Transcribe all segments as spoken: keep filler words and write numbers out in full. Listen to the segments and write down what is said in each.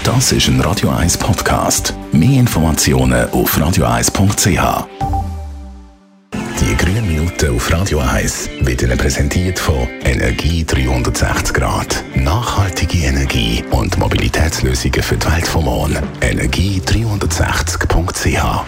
Das ist ein Radio eins Podcast. Mehr Informationen auf radio eins punkt c h. Die grünen Minuten auf Radio eins wird Ihnen präsentiert von Energie dreihundertsechzig Grad. Nachhaltige Energie und Mobilitätslösungen für die Welt vom Morgen. energie dreihundertsechzig punkt c h.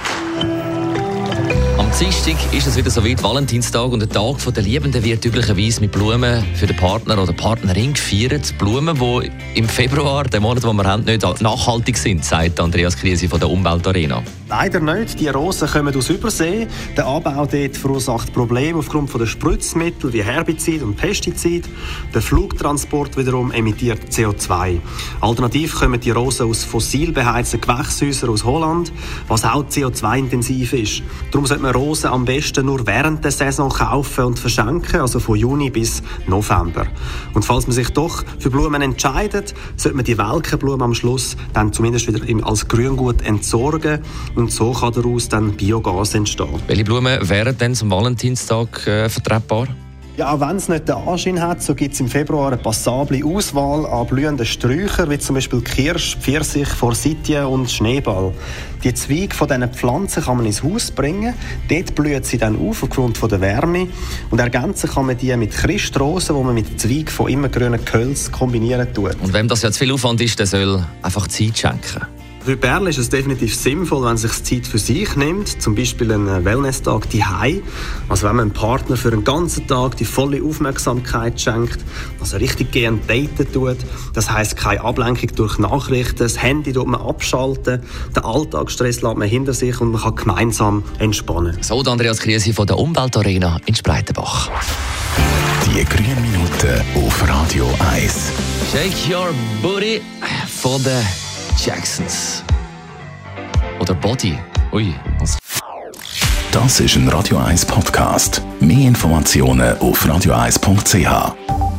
Am Dienstag ist es wieder so weit, Valentinstag, und der Tag der Liebenden wird üblicherweise mit Blumen für den Partner oder Partnerin gefeiert. Blumen, die im Februar, dem Monat, den wir haben, nicht nachhaltig sind, sagt Andreas Kriesi von der Umweltarena. Leider nicht. Die Rosen kommen aus Übersee. Der Anbau dort verursacht Probleme aufgrund der Spritzmittel wie Herbizid und Pestizid. Der Flugtransport wiederum emittiert C O zwei. Alternativ kommen die Rosen aus fossil beheizten Gewächshäusern aus Holland, was auch C O zwei intensiv ist. Darum sollte man Rosen am besten nur während der Saison kaufen und verschenken, also von Juni bis November. Und falls man sich doch für Blumen entscheidet, sollte man die welken Blumen am Schluss dann zumindest wieder als Grüngut entsorgen. Und so kann daraus dann Biogas entstehen. Welche Blumen wären denn zum Valentinstag äh, vertretbar? Ja, auch wenn es nicht den Anschein hat, so gibt es im Februar eine passable Auswahl an blühenden Sträuchern, wie zum Beispiel Kirsch, Pfirsich, Forsythie und Schneeball. Die Zweige von diesen Pflanzen kann man ins Haus bringen. Dort blühen sie dann auf aufgrund der Wärme. Und ergänzen kann man die mit Christrosen, die man mit Zweigen von immergrünen Gehölz kombinieren tut. Und wem das ja zu viel Aufwand ist, der soll einfach Zeit schenken. Für Pärchen ist es definitiv sinnvoll, wenn sich Zeit für sich nimmt, zum Beispiel einen Wellness-Tag daheim. Also wenn man einem Partner für einen ganzen Tag die volle Aufmerksamkeit schenkt, also richtig gern daten tut. Das heisst, keine Ablenkung durch Nachrichten, das Handy tut man abschalten, den Alltagsstress lässt man hinter sich und man kann gemeinsam entspannen. So, Andreas Kriesi von der Umweltarena in Spreitenbach. Die grünen Minuten auf Radio eins. Shake your booty von der Jacksons. Oder Body. Ui. Das ist ein Radio eins Podcast. Mehr Informationen auf radio eins punkt c h.